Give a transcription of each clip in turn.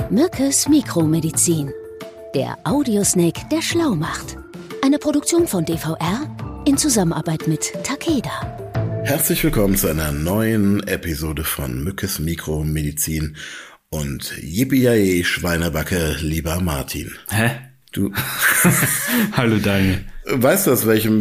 Mückes Mikromedizin. Der Audiosnake, der schlau macht. Eine Produktion von DVR in Zusammenarbeit mit Takeda. Herzlich willkommen zu einer neuen Episode von Mückes Mikromedizin. Und yippie Schweinebacke, lieber Martin. Hä? Du. Hallo Daniel. Weißt du, aus welchem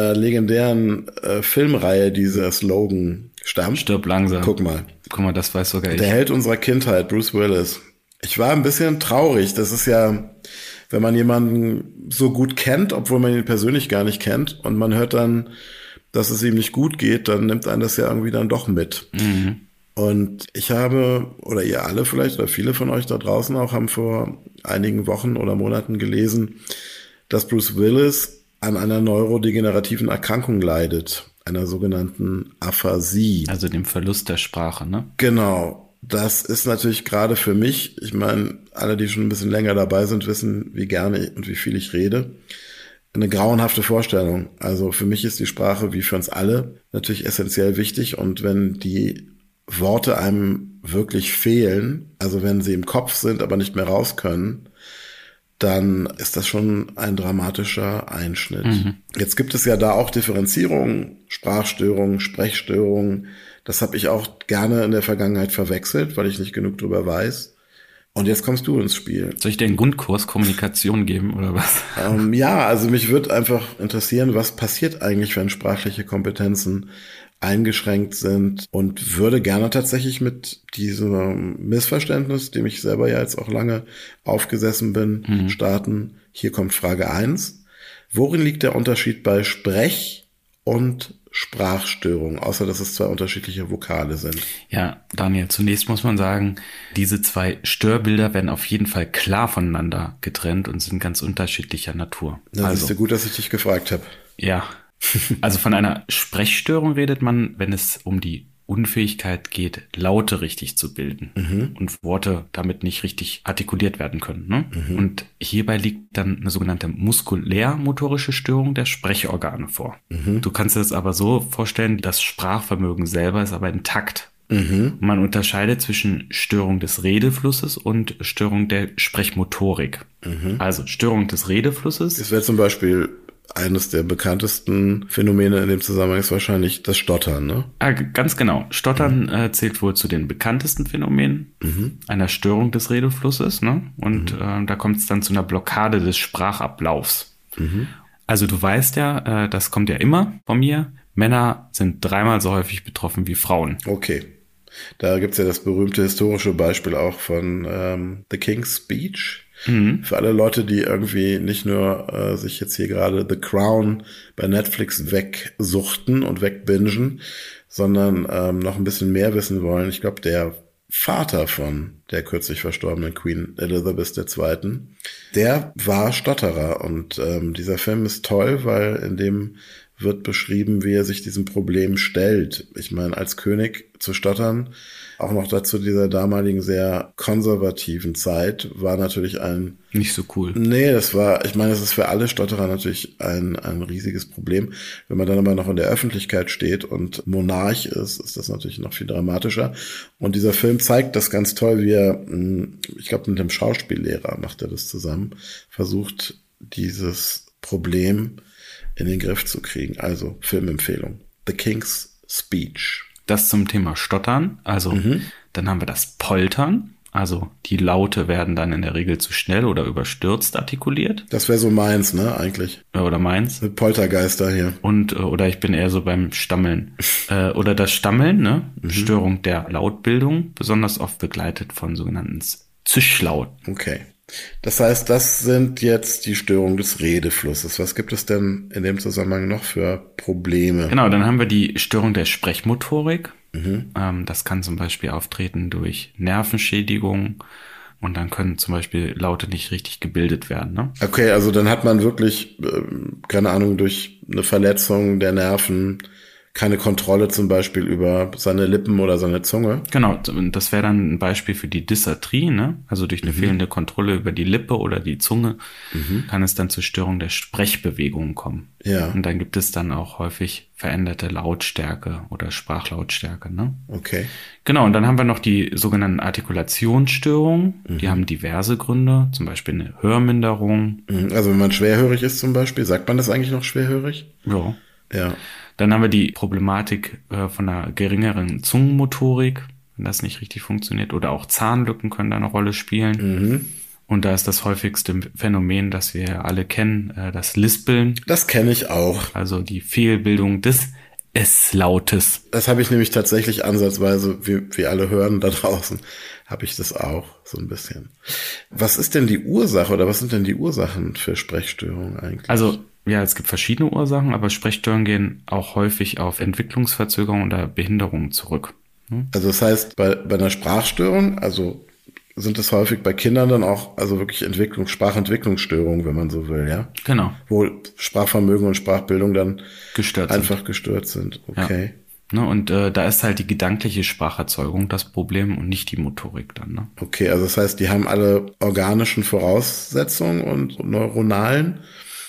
legendären Filmreihe dieser Slogan stammt? Stirb langsam. Guck mal, das weiß sogar ich. Der Held unserer Kindheit, Bruce Willis. Ich war ein bisschen traurig. Das ist ja, wenn man jemanden so gut kennt, obwohl man ihn persönlich gar nicht kennt, und man hört dann, dass es ihm nicht gut geht, dann nimmt einen das ja irgendwie dann doch mit. Mhm. Und ich habe, oder ihr alle vielleicht, oder viele von euch da draußen auch, haben vor einigen Wochen oder Monaten gelesen, dass Bruce Willis an einer neurodegenerativen Erkrankung leidet, einer sogenannten Aphasie. Also dem Verlust der Sprache, ne? Genau. Das ist natürlich gerade für mich, ich meine, alle, die schon ein bisschen länger dabei sind, wissen, wie gerne und wie viel ich rede, eine grauenhafte Vorstellung. Also für mich ist die Sprache, wie für uns alle, natürlich essentiell wichtig. Und wenn die Worte einem wirklich fehlen, also wenn sie im Kopf sind, aber nicht mehr raus können, dann ist das schon ein dramatischer Einschnitt. Mhm. Jetzt gibt es ja da auch Differenzierungen, Sprachstörungen, Sprechstörungen. Das habe ich auch gerne in der Vergangenheit verwechselt, weil ich nicht genug drüber weiß. Und jetzt kommst du ins Spiel. Soll ich dir einen Grundkurs Kommunikation geben oder was? Ja, also mich würde einfach interessieren, was passiert eigentlich, wenn sprachliche Kompetenzen eingeschränkt sind, und würde gerne tatsächlich mit diesem Missverständnis, dem ich selber ja jetzt auch lange aufgesessen bin, starten. Hier kommt Frage 1. Worin liegt der Unterschied bei Sprech- und Sprachstörung, außer dass es zwei unterschiedliche Vokale sind? Ja, Daniel, zunächst muss man sagen, diese zwei Störbilder werden auf jeden Fall klar voneinander getrennt und sind ganz unterschiedlicher Natur. Das ist ja gut, dass ich dich gefragt habe. Ja, also von einer Sprechstörung redet man, wenn es um die Unfähigkeit geht, Laute richtig zu bilden und Worte damit nicht richtig artikuliert werden können. Ne? Und hierbei liegt dann eine sogenannte muskulär-motorische Störung der Sprechorgane vor. Du kannst dir das aber so vorstellen, das Sprachvermögen selber ist aber intakt. Man unterscheidet zwischen Störung des Redeflusses und Störung der Sprechmotorik. Also Störung des Redeflusses. Das wäre zum Beispiel eines der bekanntesten Phänomene in dem Zusammenhang ist wahrscheinlich das Stottern, ne? Ganz genau. Stottern zählt wohl zu den bekanntesten Phänomenen einer Störung des Redeflusses, ne? Und da kommt es dann zu einer Blockade des Sprachablaufs. Also du weißt ja, das kommt ja immer von mir, Männer sind 3-mal so häufig betroffen wie Frauen. Okay. Da gibt's ja das berühmte historische Beispiel auch von The King's Speech. Für alle Leute, die irgendwie nicht nur sich jetzt hier gerade The Crown bei Netflix wegsuchten und wegbingen, sondern noch ein bisschen mehr wissen wollen. Ich glaube, der Vater von der kürzlich verstorbenen Queen Elizabeth II., der war Stotterer. Und dieser Film ist toll, weil in dem wird beschrieben, wie er sich diesem Problem stellt. Ich meine, als König zu stottern, auch noch dazu dieser damaligen sehr konservativen Zeit, war natürlich nicht so cool. Nee, es ist für alle Stotterer natürlich ein riesiges Problem. Wenn man dann aber noch in der Öffentlichkeit steht und Monarch ist das natürlich noch viel dramatischer. Und dieser Film zeigt das ganz toll, wie er, ich glaube, mit dem Schauspiellehrer macht er das zusammen, versucht, dieses Problem in den Griff zu kriegen. Also Filmempfehlung. The King's Speech. Das zum Thema Stottern. Also dann haben wir das Poltern. Also die Laute werden dann in der Regel zu schnell oder überstürzt artikuliert. Das wäre so meins, ne, eigentlich. Ja, oder meins. Mit Poltergeister hier. Und oder ich bin eher so beim Stammeln. Oder das Stammeln, ne? Störung der Lautbildung, besonders oft begleitet von sogenannten Zischlauten. Okay. Das heißt, das sind jetzt die Störungen des Redeflusses. Was gibt es denn in dem Zusammenhang noch für Probleme? Genau, dann haben wir die Störung der Sprechmotorik. Das kann zum Beispiel auftreten durch Nervenschädigung und dann können zum Beispiel Laute nicht richtig gebildet werden. Ne? Okay, also dann hat man wirklich, keine Ahnung, durch eine Verletzung der Nerven keine Kontrolle zum Beispiel über seine Lippen oder seine Zunge. Genau, das wäre dann ein Beispiel für die Dysarthrie, ne? Also durch eine fehlende Kontrolle über die Lippe oder die Zunge kann es dann zur Störung der Sprechbewegungen kommen. Ja. Und dann gibt es dann auch häufig veränderte Lautstärke oder Sprachlautstärke, ne? Okay. Genau, und dann haben wir noch die sogenannten Artikulationsstörungen. Die haben diverse Gründe, zum Beispiel eine Hörminderung. Also wenn man schwerhörig ist zum Beispiel, sagt man das eigentlich noch schwerhörig? Ja. Ja. Dann haben wir die Problematik von einer geringeren Zungenmotorik, wenn das nicht richtig funktioniert. Oder auch Zahnlücken können da eine Rolle spielen. Und da ist das häufigste Phänomen, das wir alle kennen, das Lispeln. Das kenne ich auch. Also die Fehlbildung des S-Lautes. Das habe ich nämlich tatsächlich ansatzweise, wie alle hören da draußen, habe ich das auch so ein bisschen. Was ist denn die Ursache oder was sind denn die Ursachen für Sprechstörungen eigentlich? Also ja, es gibt verschiedene Ursachen, aber Sprechstörungen gehen auch häufig auf Entwicklungsverzögerung oder Behinderung zurück. Also das heißt, bei einer Sprachstörung, also sind es häufig bei Kindern dann auch, also wirklich Sprachentwicklungsstörungen, wenn man so will, ja? Genau. Wo Sprachvermögen und Sprachbildung dann Gestört einfach gestört sind. Okay. Ja. Ne, und da ist halt die gedankliche Spracherzeugung das Problem und nicht die Motorik dann. Ne? Okay, also das heißt, die haben alle organischen Voraussetzungen und neuronalen,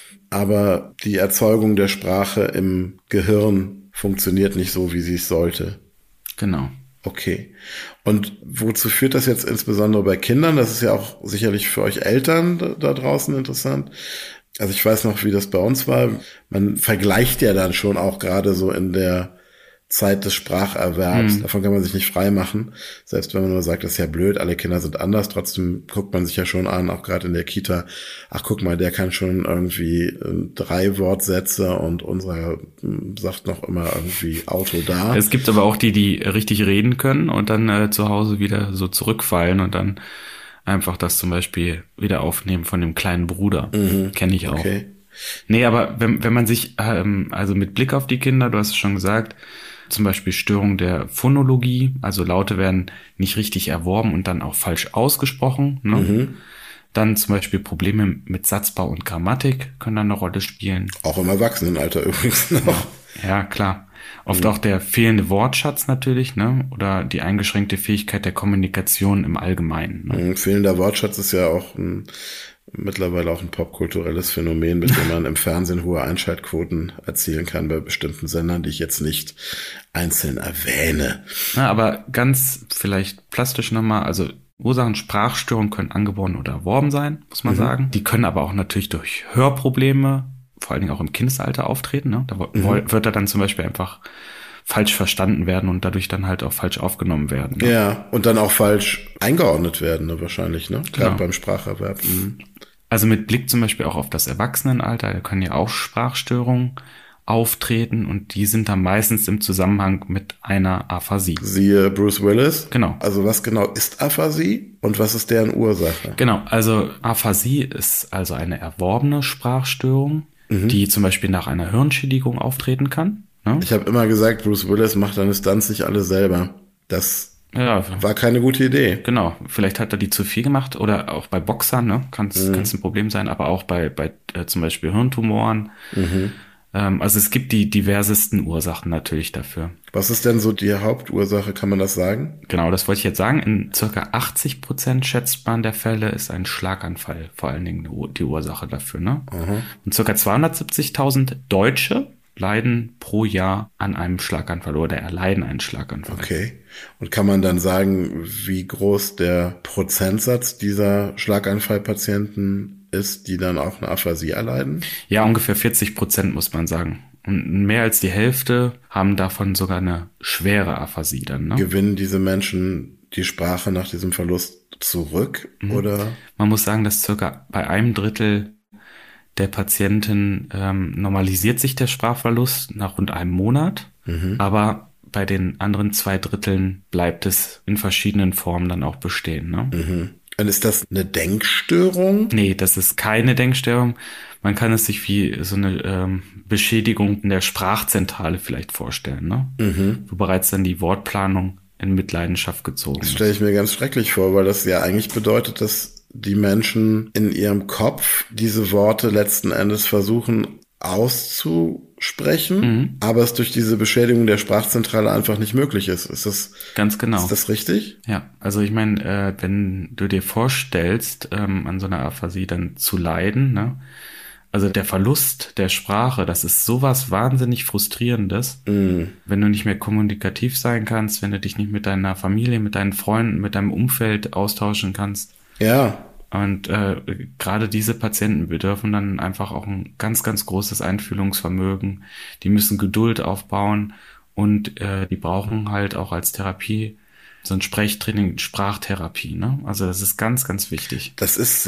aber die Erzeugung der Sprache im Gehirn funktioniert nicht so, wie sie es sollte. Genau. Okay. Und wozu führt das jetzt insbesondere bei Kindern? Das ist ja auch sicherlich für euch Eltern da draußen interessant. Also ich weiß noch, wie das bei uns war. Man vergleicht ja dann schon auch gerade so in der Zeit des Spracherwerbs. Davon kann man sich nicht frei machen. Selbst wenn man nur sagt, das ist ja blöd, alle Kinder sind anders. Trotzdem guckt man sich ja schon an, auch gerade in der Kita. Ach, guck mal, der kann schon irgendwie 3 Wortsätze und unserer sagt noch immer irgendwie Auto da. Es gibt aber auch die richtig reden können und dann zu Hause wieder so zurückfallen und dann einfach das zum Beispiel wieder aufnehmen von dem kleinen Bruder. Kenne ich auch. Okay. Nee, aber wenn man sich, also mit Blick auf die Kinder, du hast es schon gesagt, zum Beispiel Störung der Phonologie, also Laute werden nicht richtig erworben und dann auch falsch ausgesprochen. Ne? Dann zum Beispiel Probleme mit Satzbau und Grammatik können dann eine Rolle spielen. Auch im Erwachsenenalter übrigens noch. Ja, klar. Oft auch der fehlende Wortschatz natürlich, ne? Oder die eingeschränkte Fähigkeit der Kommunikation im Allgemeinen. Ne? Fehlender Wortschatz ist ja auch mittlerweile auch ein popkulturelles Phänomen, mit dem man im Fernsehen hohe Einschaltquoten erzielen kann bei bestimmten Sendern, die ich jetzt nicht einzeln erwähne. Ja, aber ganz vielleicht plastisch nochmal, also Ursachen Sprachstörungen können angeboren oder erworben sein, muss man sagen. Die können aber auch natürlich durch Hörprobleme, vor allen Dingen auch im Kindesalter auftreten. Ne? Da wird er dann zum Beispiel einfach falsch verstanden werden und dadurch dann halt auch falsch aufgenommen werden. Ne? Ja, und dann auch falsch eingeordnet werden, ne, wahrscheinlich, ne? Gerade beim Spracherwerb. Also mit Blick zum Beispiel auch auf das Erwachsenenalter, da können ja auch Sprachstörungen auftreten und die sind dann meistens im Zusammenhang mit einer Aphasie. Siehe Bruce Willis. Genau. Also was genau ist Aphasie und was ist deren Ursache? Genau, also Aphasie ist also eine erworbene Sprachstörung, die zum Beispiel nach einer Hirnschädigung auftreten kann. Ne? Ich habe immer gesagt, Bruce Willis macht seine Stunts nicht alle selber. Das war keine gute Idee. Genau, vielleicht hat er die zu viel gemacht oder auch bei Boxern, ne? Kann es ein Problem sein, aber auch bei zum Beispiel Hirntumoren. Also es gibt die diversesten Ursachen natürlich dafür. Was ist denn so die Hauptursache, kann man das sagen? Genau, das wollte ich jetzt sagen. In circa 80% schätzt man der Fälle ist ein Schlaganfall vor allen Dingen die Ursache dafür. Ne? Und circa 270.000 Deutsche leiden pro Jahr an einem Schlaganfall oder erleiden einen Schlaganfall. Okay. Und kann man dann sagen, wie groß der Prozentsatz dieser Schlaganfallpatienten ist, die dann auch eine Aphasie erleiden? Ja, ungefähr 40% muss man sagen. Und mehr als die Hälfte haben davon sogar eine schwere Aphasie dann. Ne? Gewinnen diese Menschen die Sprache nach diesem Verlust zurück? Oder? Man muss sagen, dass circa bei 1/3 der Patienten normalisiert sich der Sprachverlust nach rund einem Monat, aber bei den anderen 2/3 bleibt es in verschiedenen Formen dann auch bestehen. Ne? Und ist das eine Denkstörung? Nee, das ist keine Denkstörung. Man kann es sich wie so eine Beschädigung in der Sprachzentrale vielleicht vorstellen, ne? Wo bereits dann die Wortplanung in Mitleidenschaft gezogen ist. Das stelle ich mir ganz schrecklich vor, weil das ja eigentlich bedeutet, dass die Menschen in ihrem Kopf diese Worte letzten Endes versuchen auszusprechen, aber es durch diese Beschädigung der Sprachzentrale einfach nicht möglich ist. Ist das ganz genau? Ist das richtig? Ja, also ich meine, wenn du dir vorstellst, an so einer Aphasie dann zu leiden, ne? Also der Verlust der Sprache, das ist sowas wahnsinnig Frustrierendes, wenn du nicht mehr kommunikativ sein kannst, wenn du dich nicht mit deiner Familie, mit deinen Freunden, mit deinem Umfeld austauschen kannst. Ja. Und gerade diese Patienten bedürfen dann einfach auch ein ganz, ganz großes Einfühlungsvermögen. Die müssen Geduld aufbauen und die brauchen halt auch als Therapie so ein Sprechtraining, Sprachtherapie. Ne? Also das ist ganz, ganz wichtig. Das ist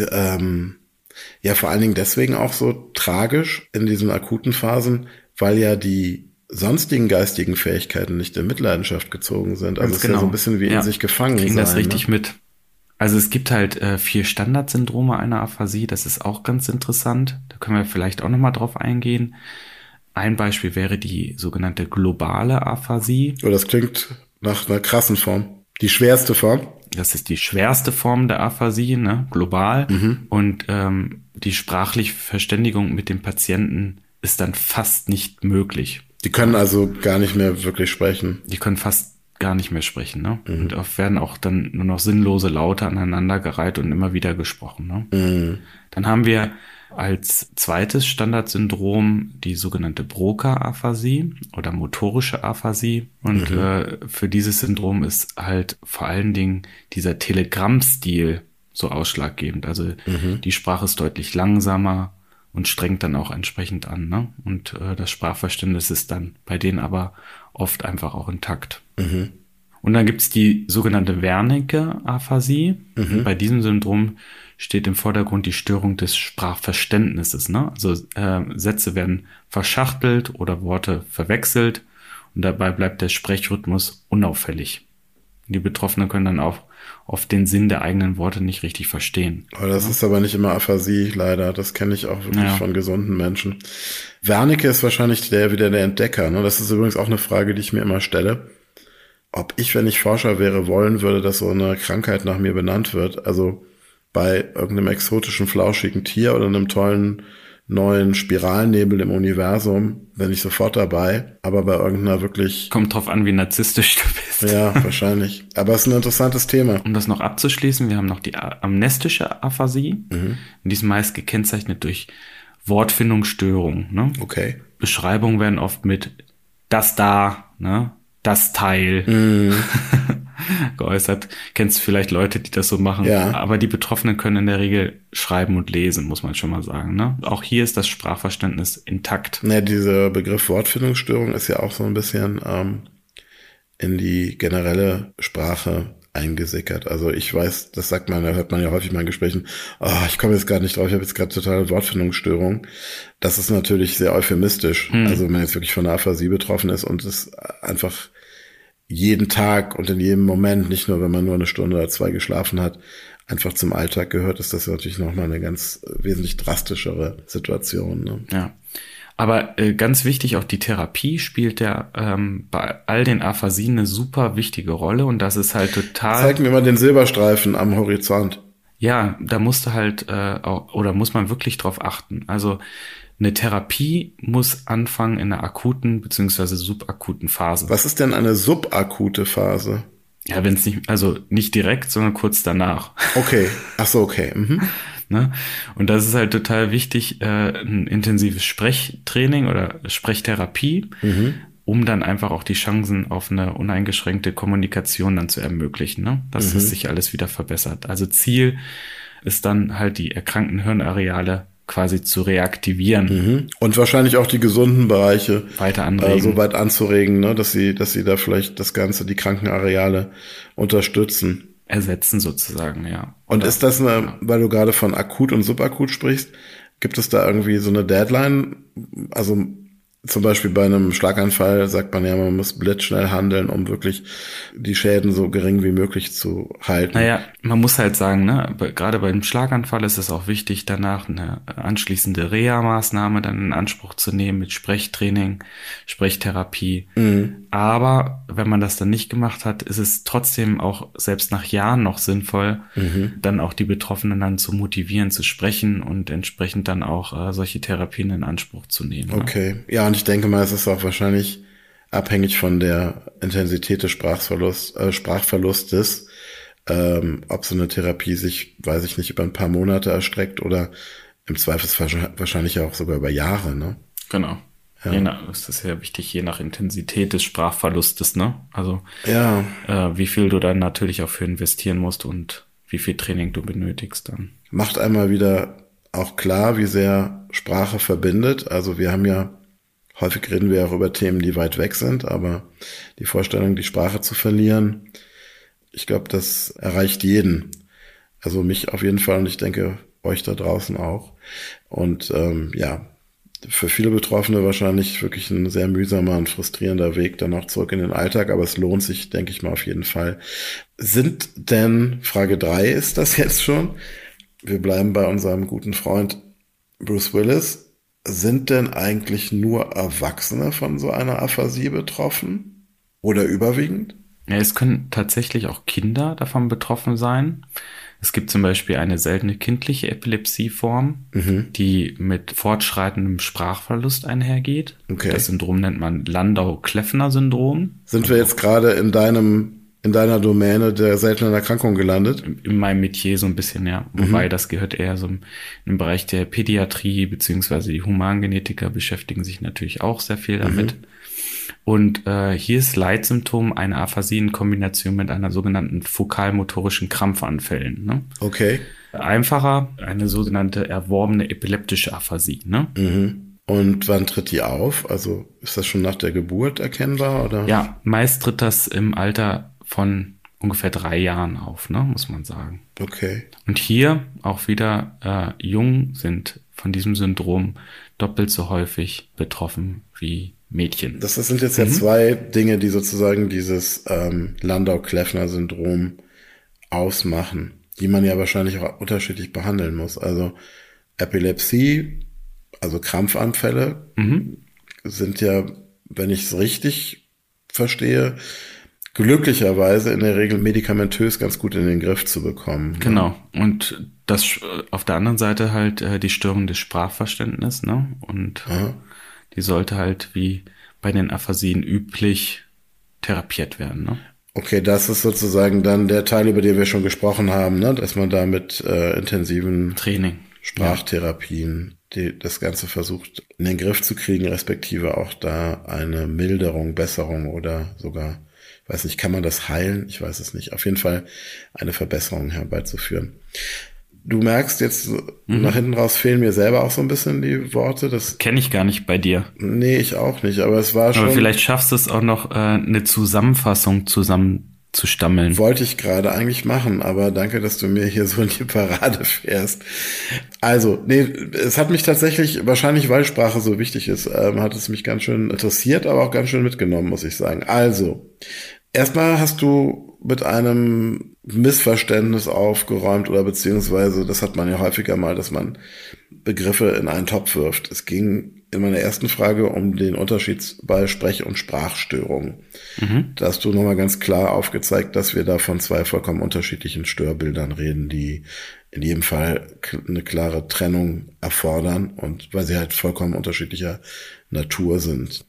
ja vor allen Dingen deswegen auch so tragisch in diesen akuten Phasen, weil ja die sonstigen geistigen Fähigkeiten nicht in Mitleidenschaft gezogen sind. Also es ist ja so ein bisschen wie in sich gefangen sein. Kriegen das richtig mit. Also es gibt halt 4 Standardsyndrome einer Aphasie, das ist auch ganz interessant. Da können wir vielleicht auch nochmal drauf eingehen. Ein Beispiel wäre die sogenannte globale Aphasie. Oh, das klingt nach einer krassen Form. Die schwerste Form? Das ist die schwerste Form der Aphasie, ne, global. Und die sprachliche Verständigung mit dem Patienten ist dann fast nicht möglich. Die können also gar nicht mehr wirklich sprechen. Die können fast gar nicht mehr sprechen, ne? Und oft werden auch dann nur noch sinnlose Laute aneinandergereiht und immer wieder gesprochen, ne? Dann haben wir als zweites Standardsyndrom die sogenannte Broca-Aphasie oder motorische Aphasie. Und für dieses Syndrom ist halt vor allen Dingen dieser Telegrammstil so ausschlaggebend. Also die Sprache ist deutlich langsamer und strengt dann auch entsprechend an, ne? Und das Sprachverständnis ist dann bei denen aber oft einfach auch intakt. Und dann gibt's die sogenannte Wernicke-Aphasie. Bei diesem Syndrom steht im Vordergrund die Störung des Sprachverständnisses, ne? Also Sätze werden verschachtelt oder Worte verwechselt und dabei bleibt der Sprechrhythmus unauffällig. Die Betroffenen können dann auch oft den Sinn der eigenen Worte nicht richtig verstehen. Aber das ist aber nicht immer Aphasie, leider. Das kenne ich auch wirklich von gesunden Menschen. Wernicke ist wahrscheinlich wieder der Entdecker, ne? Das ist übrigens auch eine Frage, die ich mir immer stelle. Ob ich, wenn ich Forscher wäre, wollen würde, dass so eine Krankheit nach mir benannt wird. Also bei irgendeinem exotischen, flauschigen Tier oder einem tollen neuen Spiralnebel im Universum bin ich sofort dabei. Aber bei irgendeiner wirklich... Kommt drauf an, wie narzisstisch du bist. Ja, wahrscheinlich. Aber es ist ein interessantes Thema. Um das noch abzuschließen, wir haben noch die amnestische Aphasie. Und die ist meist gekennzeichnet durch Wortfindungsstörung. Ne? Okay. Beschreibungen werden oft mit das da, ne? Das Teil geäußert. Kennst du vielleicht Leute, die das so machen? Ja. Aber die Betroffenen können in der Regel schreiben und lesen, muss man schon mal sagen. Ne? Auch hier ist das Sprachverständnis intakt. Ja, dieser Begriff Wortfindungsstörung ist ja auch so ein bisschen in die generelle Sprache eingesickert. Also ich weiß, das hört man ja häufig mal in Gesprächen, ich komme jetzt gerade nicht drauf, ich habe jetzt gerade totale Wortfindungsstörung. Das ist natürlich sehr euphemistisch. Also wenn man jetzt wirklich von einer Aphasie betroffen ist und es einfach jeden Tag und in jedem Moment, nicht nur wenn man nur 1 Stunde oder 2 geschlafen hat, einfach zum Alltag gehört, ist das natürlich nochmal eine ganz wesentlich drastischere Situation. Ne? Ja. Aber ganz wichtig, auch die Therapie spielt ja bei all den Aphasien eine super wichtige Rolle und das ist halt total... Zeig mir mal den Silberstreifen am Horizont. Ja, da musst du halt muss man wirklich drauf achten. Also eine Therapie muss anfangen in einer akuten bzw. subakuten Phase. Was ist denn eine subakute Phase? Ja, wenn es nicht direkt, sondern kurz danach. Okay, ach so, okay. Ne? Und das ist halt total wichtig, ein intensives Sprechtraining oder Sprechtherapie, um dann einfach auch die Chancen auf eine uneingeschränkte Kommunikation dann zu ermöglichen, ne? Dass es sich alles wieder verbessert. Also Ziel ist dann halt die erkrankten Hirnareale quasi zu reaktivieren. Und wahrscheinlich auch die gesunden Bereiche weiter anregen. So weit anzuregen, ne? dass sie da vielleicht die kranken Areale unterstützen. Ersetzen sozusagen, ja. Und ist das weil du gerade von akut und subakut sprichst, gibt es da irgendwie so eine Deadline? Also Zum Beispiel bei einem Schlaganfall sagt man ja, man muss blitzschnell handeln, um wirklich die Schäden so gering wie möglich zu halten. Naja, man muss halt sagen, ne, gerade beim Schlaganfall ist es auch wichtig, danach eine anschließende Reha-Maßnahme dann in Anspruch zu nehmen mit Sprechtraining, Sprechtherapie. Aber wenn man das dann nicht gemacht hat, ist es trotzdem auch selbst nach Jahren noch sinnvoll, dann auch die Betroffenen dann zu motivieren, zu sprechen und entsprechend dann auch solche Therapien in Anspruch zu nehmen. Okay, ja, und ich denke mal, es ist auch wahrscheinlich abhängig von der Intensität des Sprachverlustes, ob so eine Therapie sich, weiß ich nicht, über ein paar Monate erstreckt oder im Zweifelsfall wahrscheinlich auch sogar über Jahre, ne? Genau. Ja. Das ist ja wichtig, je nach Intensität des Sprachverlustes, ne? Also wie viel du dann natürlich auch für investieren musst und wie viel Training du benötigst dann. Macht einmal wieder auch klar, wie sehr Sprache verbindet. Also wir haben ja, häufig reden wir auch über Themen, die weit weg sind, aber die Vorstellung, die Sprache zu verlieren, ich glaube, das erreicht jeden. Also mich auf jeden Fall und ich denke, euch da draußen auch. Und für viele Betroffene wahrscheinlich wirklich ein sehr mühsamer und frustrierender Weg dann auch zurück in den Alltag, aber es lohnt sich, denke ich mal, auf jeden Fall. Sind denn, Frage 3 ist das jetzt schon, wir bleiben bei unserem guten Freund Bruce Willis, sind denn eigentlich nur Erwachsene von so einer Aphasie betroffen? Oder überwiegend? Ja, es können tatsächlich auch Kinder davon betroffen sein. Es gibt zum Beispiel eine seltene kindliche Epilepsieform, die mit fortschreitendem Sprachverlust einhergeht. Okay. Das Syndrom nennt man Landau-Kleffner-Syndrom. Sind wir jetzt gerade in deiner Domäne der seltenen Erkrankung gelandet? In meinem Metier so ein bisschen, ja. Wobei das gehört eher so im Bereich der Pädiatrie, beziehungsweise die Humangenetiker beschäftigen sich natürlich auch sehr viel damit. Und hier ist Leitsymptom eine Aphasie in Kombination mit einer sogenannten fokalmotorischen Krampfanfällen. Ne? Okay. Einfacher, eine sogenannte erworbene epileptische Aphasie. Ne? Und wann tritt die auf? Also ist das schon nach der Geburt erkennbar? Oder? Ja, meist tritt das im Alter von ungefähr 3 Jahren auf, ne, muss man sagen. Okay. Und hier auch wieder Jungen sind von diesem Syndrom doppelt so häufig betroffen wie Mädchen. Das sind jetzt ja 2 Dinge, die sozusagen dieses Landau-Kleffner-Syndrom ausmachen, die man ja wahrscheinlich auch unterschiedlich behandeln muss. Also Epilepsie, also Krampfanfälle, sind ja, wenn ich es richtig verstehe, glücklicherweise in der Regel medikamentös ganz gut in den Griff zu bekommen. Genau. Und das auf der anderen Seite halt die Störung des Sprachverständnisses, ne? Und die sollte halt wie bei den Aphasien üblich therapiert werden, ne? Okay, das ist sozusagen dann der Teil, über den wir schon gesprochen haben, ne? Dass man da mit intensiven Training, Sprachtherapien das Ganze versucht in den Griff zu kriegen, respektive auch da eine Milderung, Besserung oder sogar, weiß nicht, kann man das heilen? Ich weiß es nicht. Auf jeden Fall eine Verbesserung herbeizuführen. Du merkst jetzt, nach hinten raus fehlen mir selber auch so ein bisschen die Worte. Das kenne ich gar nicht bei dir. Nee, ich auch nicht, aber es war schon... Aber vielleicht schaffst du es auch noch, eine Zusammenfassung zusammenzustammeln. Wollte ich gerade eigentlich machen, aber danke, dass du mir hier so in die Parade fährst. Also, nee, es hat mich tatsächlich, wahrscheinlich weil Sprache so wichtig ist, hat es mich ganz schön interessiert, aber auch ganz schön mitgenommen, muss ich sagen. Also, erstmal hast du mit einem Missverständnis aufgeräumt oder beziehungsweise, das hat man ja häufiger mal, dass man Begriffe in einen Topf wirft. Es ging in meiner ersten Frage um den Unterschied bei Sprech- und Sprachstörungen. Da hast du nochmal ganz klar aufgezeigt, dass wir da von 2 vollkommen unterschiedlichen Störbildern reden, die in jedem Fall eine klare Trennung erfordern und weil sie halt vollkommen unterschiedlicher Natur sind.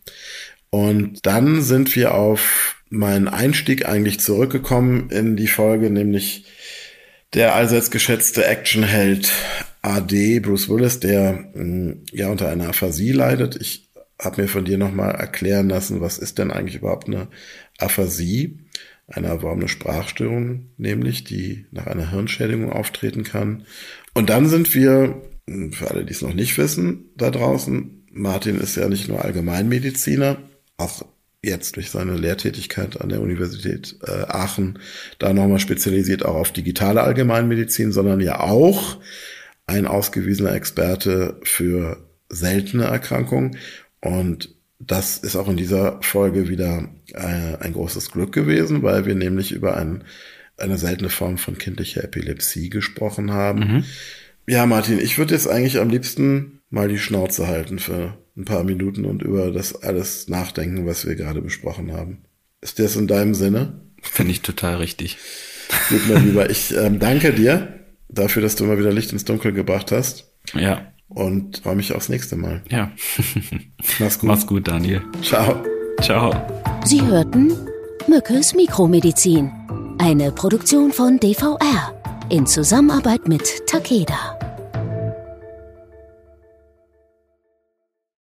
Und dann sind wir auf meinen Einstieg eigentlich zurückgekommen in die Folge, nämlich der allseits geschätzte Actionheld AD, Bruce Willis, der ja unter einer Aphasie leidet. Ich habe mir von dir nochmal erklären lassen, was ist denn eigentlich überhaupt eine Aphasie? Eine erworbene Sprachstörung, nämlich, die nach einer Hirnschädigung auftreten kann. Und dann sind wir, für alle, die es noch nicht wissen, da draußen, Martin ist ja nicht nur Allgemeinmediziner, auch jetzt durch seine Lehrtätigkeit an der Universität Aachen da nochmal spezialisiert auch auf digitale Allgemeinmedizin, sondern ja auch ein ausgewiesener Experte für seltene Erkrankungen. Und das ist auch in dieser Folge wieder ein großes Glück gewesen, weil wir nämlich über eine seltene Form von kindlicher Epilepsie gesprochen haben. Ja, Martin, ich würde jetzt eigentlich am liebsten mal die Schnauze halten für ein paar Minuten und über das alles nachdenken, was wir gerade besprochen haben. Ist das in deinem Sinne? Finde ich total richtig. Gut, mein Lieber, ich danke dir dafür, dass du mal wieder Licht ins Dunkel gebracht hast. Ja. Und freue mich aufs nächste Mal. Ja. Mach's gut. Mach's gut, Daniel. Ciao. Ciao. Sie hörten Mückes Mikromedizin, eine Produktion von DVR in Zusammenarbeit mit Takeda.